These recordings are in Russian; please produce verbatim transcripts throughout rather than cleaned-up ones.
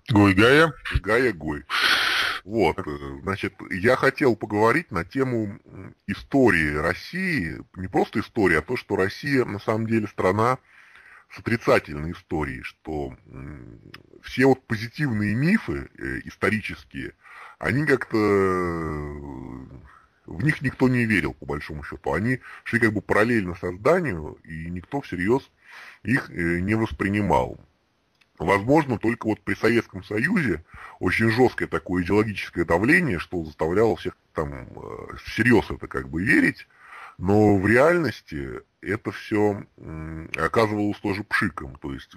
Гой-гая. Гая-гой. Вот, э, значит, я хотел поговорить на тему истории России, не просто истории, а то, что Россия на самом деле страна с отрицательной историей, что м, все вот позитивные мифы э, исторические, они как-то э, в них никто не верил, по большому счету. Они шли как бы параллельно созданию, и никто всерьез их э, не воспринимал. Возможно, только вот при Советском Союзе очень жесткое такое идеологическое давление, что заставляло всех там э, всерьез это как бы верить, но в реальности это все м, оказывалось тоже пшиком, то есть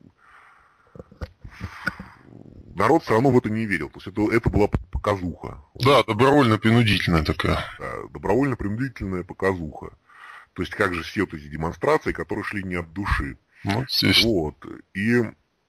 народ все равно в это не верил, то есть это, это была показуха. Да, добровольно-принудительная такая. Да, добровольно-принудительная показуха. То есть как же все вот эти демонстрации, которые шли не от души. Ну, естественно. Вот. И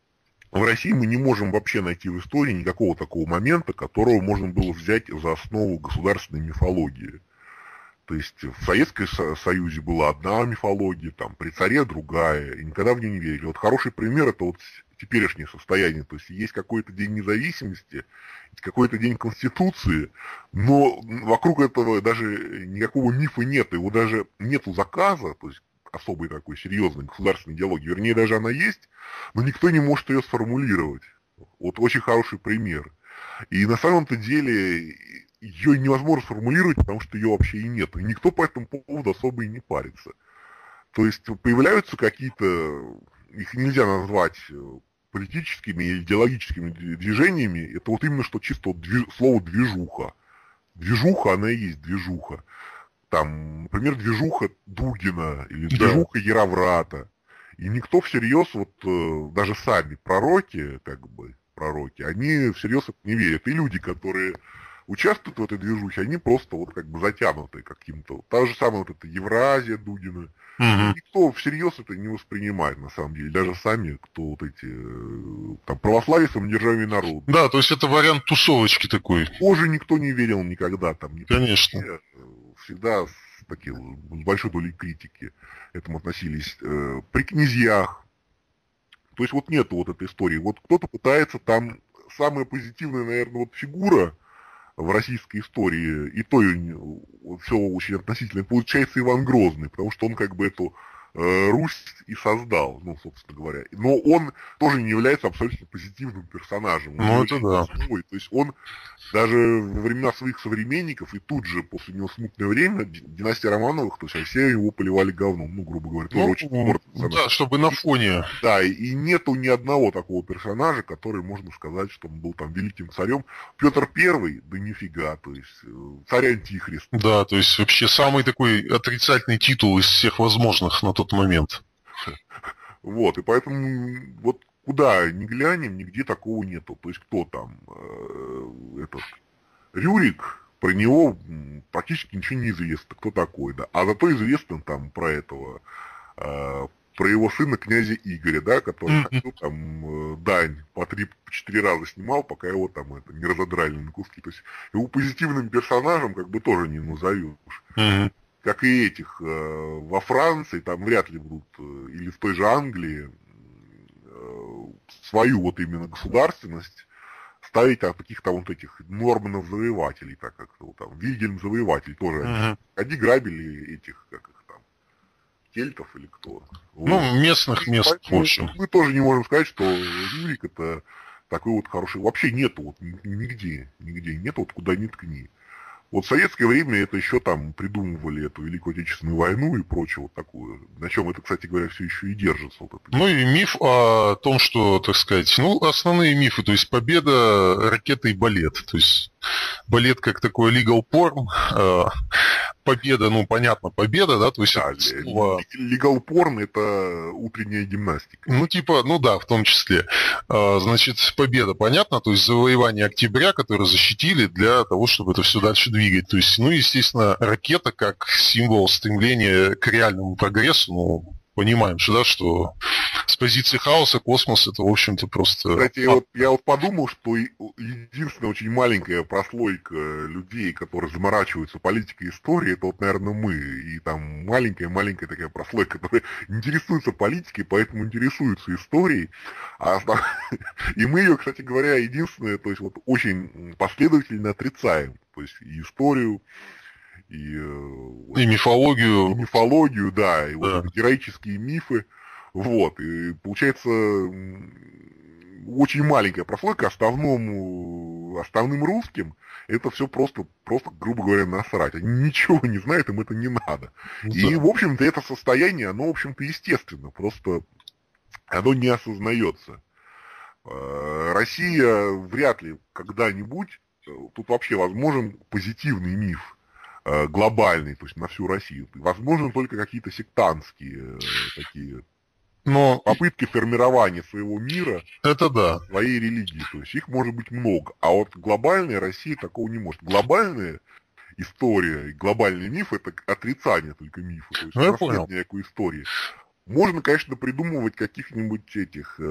в России мы не можем вообще найти в истории никакого такого момента, которого можно было взять за основу государственной мифологии. То есть в Советском Союзе была одна мифология, там при царе другая, и никогда в нее не верили. Вот хороший пример — это вот теперешнее состояние. То есть есть какой-то день независимости, какой-то день Конституции, но вокруг этого даже никакого мифа нет, его даже нету заказа, то есть особой такой серьезной государственной идеологии, вернее, даже она есть, но никто не может ее сформулировать. Вот очень хороший пример. И на самом-то деле ее невозможно сформулировать, потому что ее вообще и нет. И никто по этому поводу особо и не парится. То есть появляются какие-то, их нельзя назвать политическими или идеологическими движениями, это вот именно что чисто вот движ, слово «движуха». Движуха, она и есть движуха. Там, например, движуха Дугина или движуха да. Яроврата. И никто всерьез, вот э, даже сами пророки, как бы, пророки, они всерьез это не верят. И люди, которые участвуют в этой движухе, они просто вот как бы затянуты каким-то. Та же самая вот эта Евразия Дугина. Угу. Никто всерьез это не воспринимает, на самом деле. Даже сами, кто вот эти, там, православие, самодержавие народ. Да, то есть это вариант тусовочки такой. Тоже никто не верил никогда там. Не Конечно. Все, всегда с, таким, с большой долей критики этому относились. Э, при князьях. То есть вот нету вот этой истории. Вот кто-то пытается там, самая позитивная, наверное, вот фигура в российской истории, и то все очень относительно, получается Иван Грозный, потому что он как бы эту э, Русь и создал, ну, собственно говоря. Но он тоже не является абсолютно позитивным персонажем. Ну, это да. Основой. То есть он даже во времена своих современников, и тут же после него смутное время, династия Романовых, то есть все его поливали говном, ну, грубо говоря, тоже ну, очень гордый. Да, чтобы на фоне. Да, и нету ни одного такого персонажа, который можно сказать, что он был там великим царем. Петр Первый, да нифига, то есть царь Антихрист. Да, то есть вообще самый такой отрицательный титул из всех возможных на тот момент. Вот, и поэтому вот куда ни глянем, нигде такого нету. То есть кто там, э, этот, Рюрик, про него практически ничего не известно, кто такой, да. А зато известно там про этого, э, про его сына князя Игоря, да, который mm-hmm. там э, дань по три-четыре раза снимал, пока его там это, не разодрали на куски. То есть его позитивным персонажем как бы тоже не назовешь. Mm-hmm. Как и этих, э, во Франции там вряд ли будут, э, или в той же Англии, э, свою вот именно государственность ставить от каких-то вот этих норманов-завоевателей, так как ну, там Вильгельм-завоеватель тоже. Uh-huh. Они грабили этих, как их там, кельтов или кто. Ну, вот. Местных мест, в общем. Мы тоже не можем сказать, что Рюрик это такой вот хороший. Вообще нету вот нигде, нигде нету, вот куда ни ткни. Вот в советское время это еще там придумывали эту Великую Отечественную войну и прочее вот такую, на чем это, кстати говоря, все еще и держится. Вот это. Ну и миф о том, что, так сказать, ну, основные мифы, то есть победа, ракета и балет. То есть балет как такой legal porn, э, победа, ну, понятно, победа, да, то есть... Да, это слово... legal porn — это утренняя гимнастика. Ну, типа, ну да, в том числе. А, значит, победа, понятно, то есть завоевание октября, которое защитили для того, чтобы это все дальше двигать. То есть, ну, естественно, ракета как символ стремления к реальному прогрессу, ну, понимаем же, да, что с позиции хаоса космос это, в общем-то, просто... Кстати, а... вот, я вот подумал, что единственная очень маленькая прослойка людей, которые заморачиваются политикой и историей, это вот, наверное, мы. И там маленькая-маленькая такая прослойка, которая интересуется политикой, поэтому интересуется историей. А, и мы ее, кстати говоря, единственное, то есть вот очень последовательно отрицаем. То есть и историю, и... И мифологию. И мифологию, да, и да. вот героические мифы. Вот, и получается очень маленькая прослойка, основному, основным русским это все просто, просто, грубо говоря, насрать. Они ничего не знают, им это не надо. Да. И, в общем-то, это состояние, оно, в общем-то, естественно, просто оно не осознается. Россия вряд ли когда-нибудь, тут вообще возможен позитивный миф, глобальный, то есть на всю Россию. Возможно только какие-то сектантские такие... Но попытки формирования своего мира, это да. Своей религии. То есть их может быть много. А вот глобальная Россия такого не может. Глобальная история и глобальный миф это отрицание только мифа. То есть ну, у я нас понял. нет никакой истории. Можно, конечно, придумывать каких-нибудь этих э,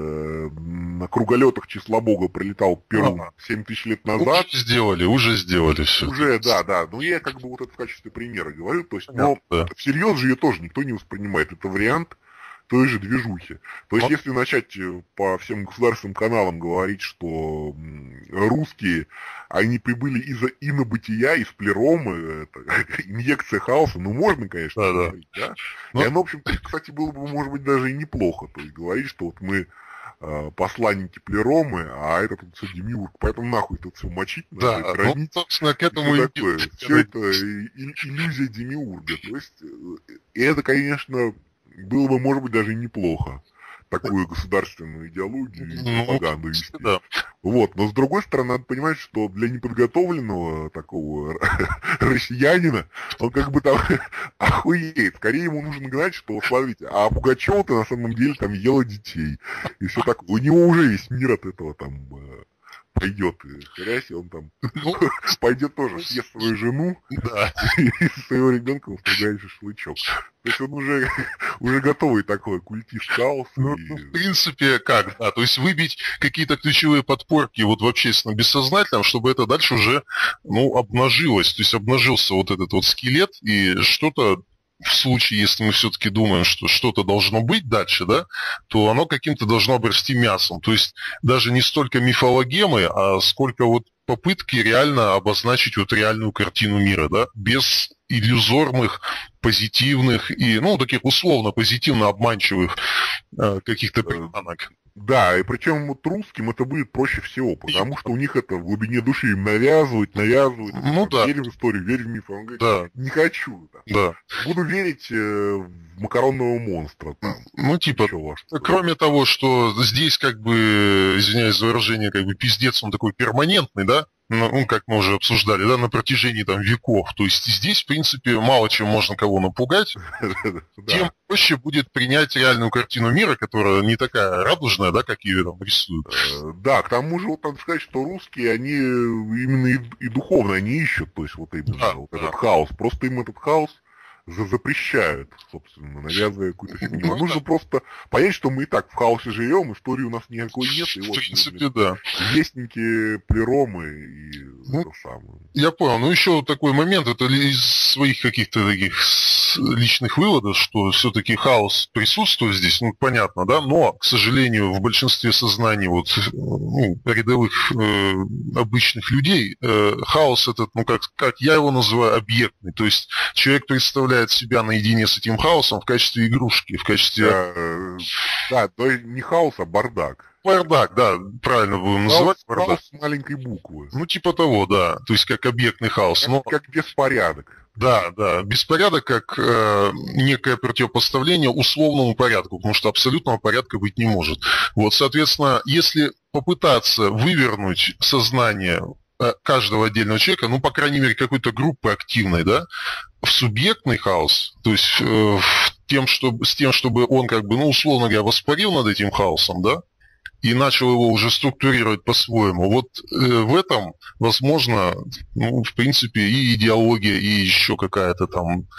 на круголетах числа Бога прилетал Перун а, семь тысяч лет назад. Уже сделали, уже сделали все. Уже, да, да. Но я как бы вот это в качестве примера говорю. То есть, но да. всерьез же ее тоже никто не воспринимает. Это вариант той же движухи. То есть, если начать по всем государственным каналам говорить, что русские, они прибыли из-за инобытия, из плеромы, это инъекция хаоса, ну, можно, конечно, да, говорить, да? Но... И оно, в общем-то, кстати, было бы, может быть, даже и неплохо. То есть, говорить, что вот мы э, посланники плеромы, а это тут все демиург, поэтому нахуй тут все мочить надо, да, громить. Ну, собственно, к этому и и... такое. Все это иллюзия демиурга. То есть, и это, конечно... Было бы, может быть, даже и неплохо такую государственную идеологию и ну, пропаганду вести. Да. Вот. Но, с другой стороны, надо понимать, что для неподготовленного такого россиянина, он как бы там охуеет. Скорее ему нужно знать, что, смотрите, а Пугачева-то на самом деле там ела детей. И все так. У него уже весь мир от этого там... пойдет, хрясь, и он там ну, пойдет тоже, съест свою жену да. и своего ребенка устругает шашлычок. То есть он уже, уже готовый такой культист хаоса. Ну, и... ну, в принципе, как, да, то есть выбить какие-то ключевые подпорки вот в общественном бессознательном, чтобы это дальше уже, ну, обнажилось, то есть обнажился вот этот вот скелет, и что-то в случае, если мы все-таки думаем, что что-то должно быть дальше, да, то оно каким-то должно обрасти мясом. То есть даже не столько мифологемы, а сколько вот попытки реально обозначить вот реальную картину мира, да, без иллюзорных, позитивных и, ну, таких условно позитивно обманчивых э, каких-то приманок. Да, и причем вот русским это будет проще всего, потому и... что у них это в глубине души им навязывают, навязывают. Ну там, да. Верим в историю, верим в миф. Он говорит, да. не хочу. Там. Да. Буду верить э, в макаронного монстра. Там, ну, типа, кроме того, что здесь, как бы, извиняюсь за выражение, как бы пиздец, он такой перманентный, да? Ну, как мы уже обсуждали, да, на протяжении там веков. То есть здесь, в принципе, мало чем можно кого напугать. Тем проще будет принять реальную картину мира, которая не такая радужная, да, как ее там рисуют. Да, к тому же, вот надо сказать, что русские, они именно и, и духовно, они ищут, то есть вот именно да, вот да. этот хаос. Просто им этот хаос запрещают, собственно, навязывая какую-то фигню. Ну, Нужно да. просто понять, что мы и так в хаосе живем, истории у нас никакой нет. И в вот, принципе, да. Вестники, плеромы и ну, то самое. Я понял. Ну, еще такой момент, это из своих каких-то таких личных выводов, что все-таки хаос присутствует здесь, ну, понятно, да, но, к сожалению, в большинстве сознаний вот, ну, рядовых э, обычных людей э, хаос этот, ну, как, как я его называю, объектный. То есть человек представляет себя наедине с этим хаосом в качестве игрушки, в качестве... Да, да, то есть не хаос, а бардак. Бардак, да, правильно будем называть. Хаос, хаос с маленькой буквы. Ну, типа того, да, то есть как объектный хаос. Как, но... как беспорядок. Да, да, беспорядок как э, некое противопоставление условному порядку, потому что абсолютного порядка быть не может. Вот, соответственно, если попытаться вывернуть сознание каждого отдельного человека, ну, по крайней мере, какой-то группы активной, да, в субъектный хаос, то есть э, в тем, чтобы, с тем, чтобы он, как бы, ну, условно говоря, воспарил над этим хаосом, да, и начал его уже структурировать по-своему. Вот э, в этом, возможно, ну, в принципе, и идеология, и еще какая-то там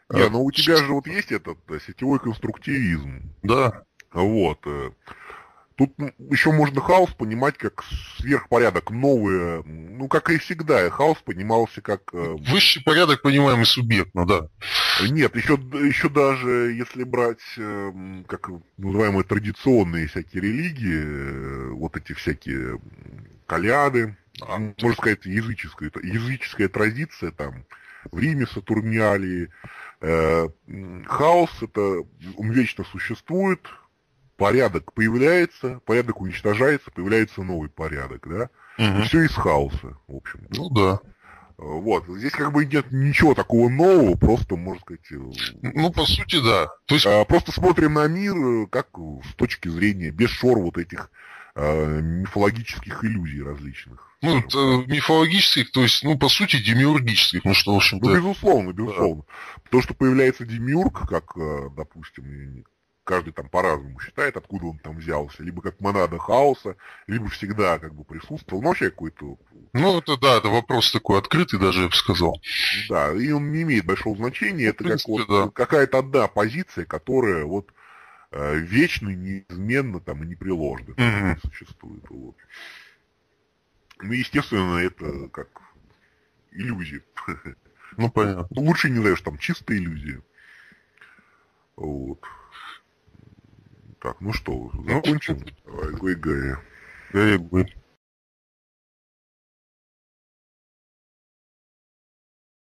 Не, ну у тебя же вот есть этот сетевой конструктивизм. Да. Вот. Тут еще можно хаос понимать как сверхпорядок, новое, ну, как и всегда, хаос понимался как... Высший порядок, понимаемый субъектно, да. Нет, еще, еще даже если брать, как называемые традиционные всякие религии, вот эти всякие коляды, а, можно сказать, языческая, языческая традиция, там, в Риме Сатурниалии, э, хаос, это он вечно существует, порядок появляется, порядок уничтожается, появляется новый порядок, да? Угу. И все из хаоса, в общем. Ну да. Вот. Здесь как бы нет ничего такого нового, просто, можно сказать... Ну, по сути, да. То есть... Просто смотрим на мир как с точки зрения, без шор вот этих э, мифологических иллюзий различных. Ну, это, мифологических, то есть, ну, по сути, демиургических, ну, что, в общем-то... Ну, безусловно, безусловно. Да. То, что появляется демиург, как, допустим, каждый там по-разному считает, откуда он там взялся, либо как монада хаоса, либо всегда как бы присутствовал, ну, вообще какой-то... Ну, это да, это вопрос такой открытый даже, я бы сказал. Да, и он не имеет большого значения, ну, это принципе, как вот, да. какая-то одна позиция, которая вот э, вечно, неизменно там и непреложно mm-hmm. существует. Вот. Ну, естественно, это как иллюзия. Ну, понятно. Лучше не знаешь, там чистая иллюзия. Вот. Так, ну что, закончим? Ну, Давай, гой-гой. Гой-гой.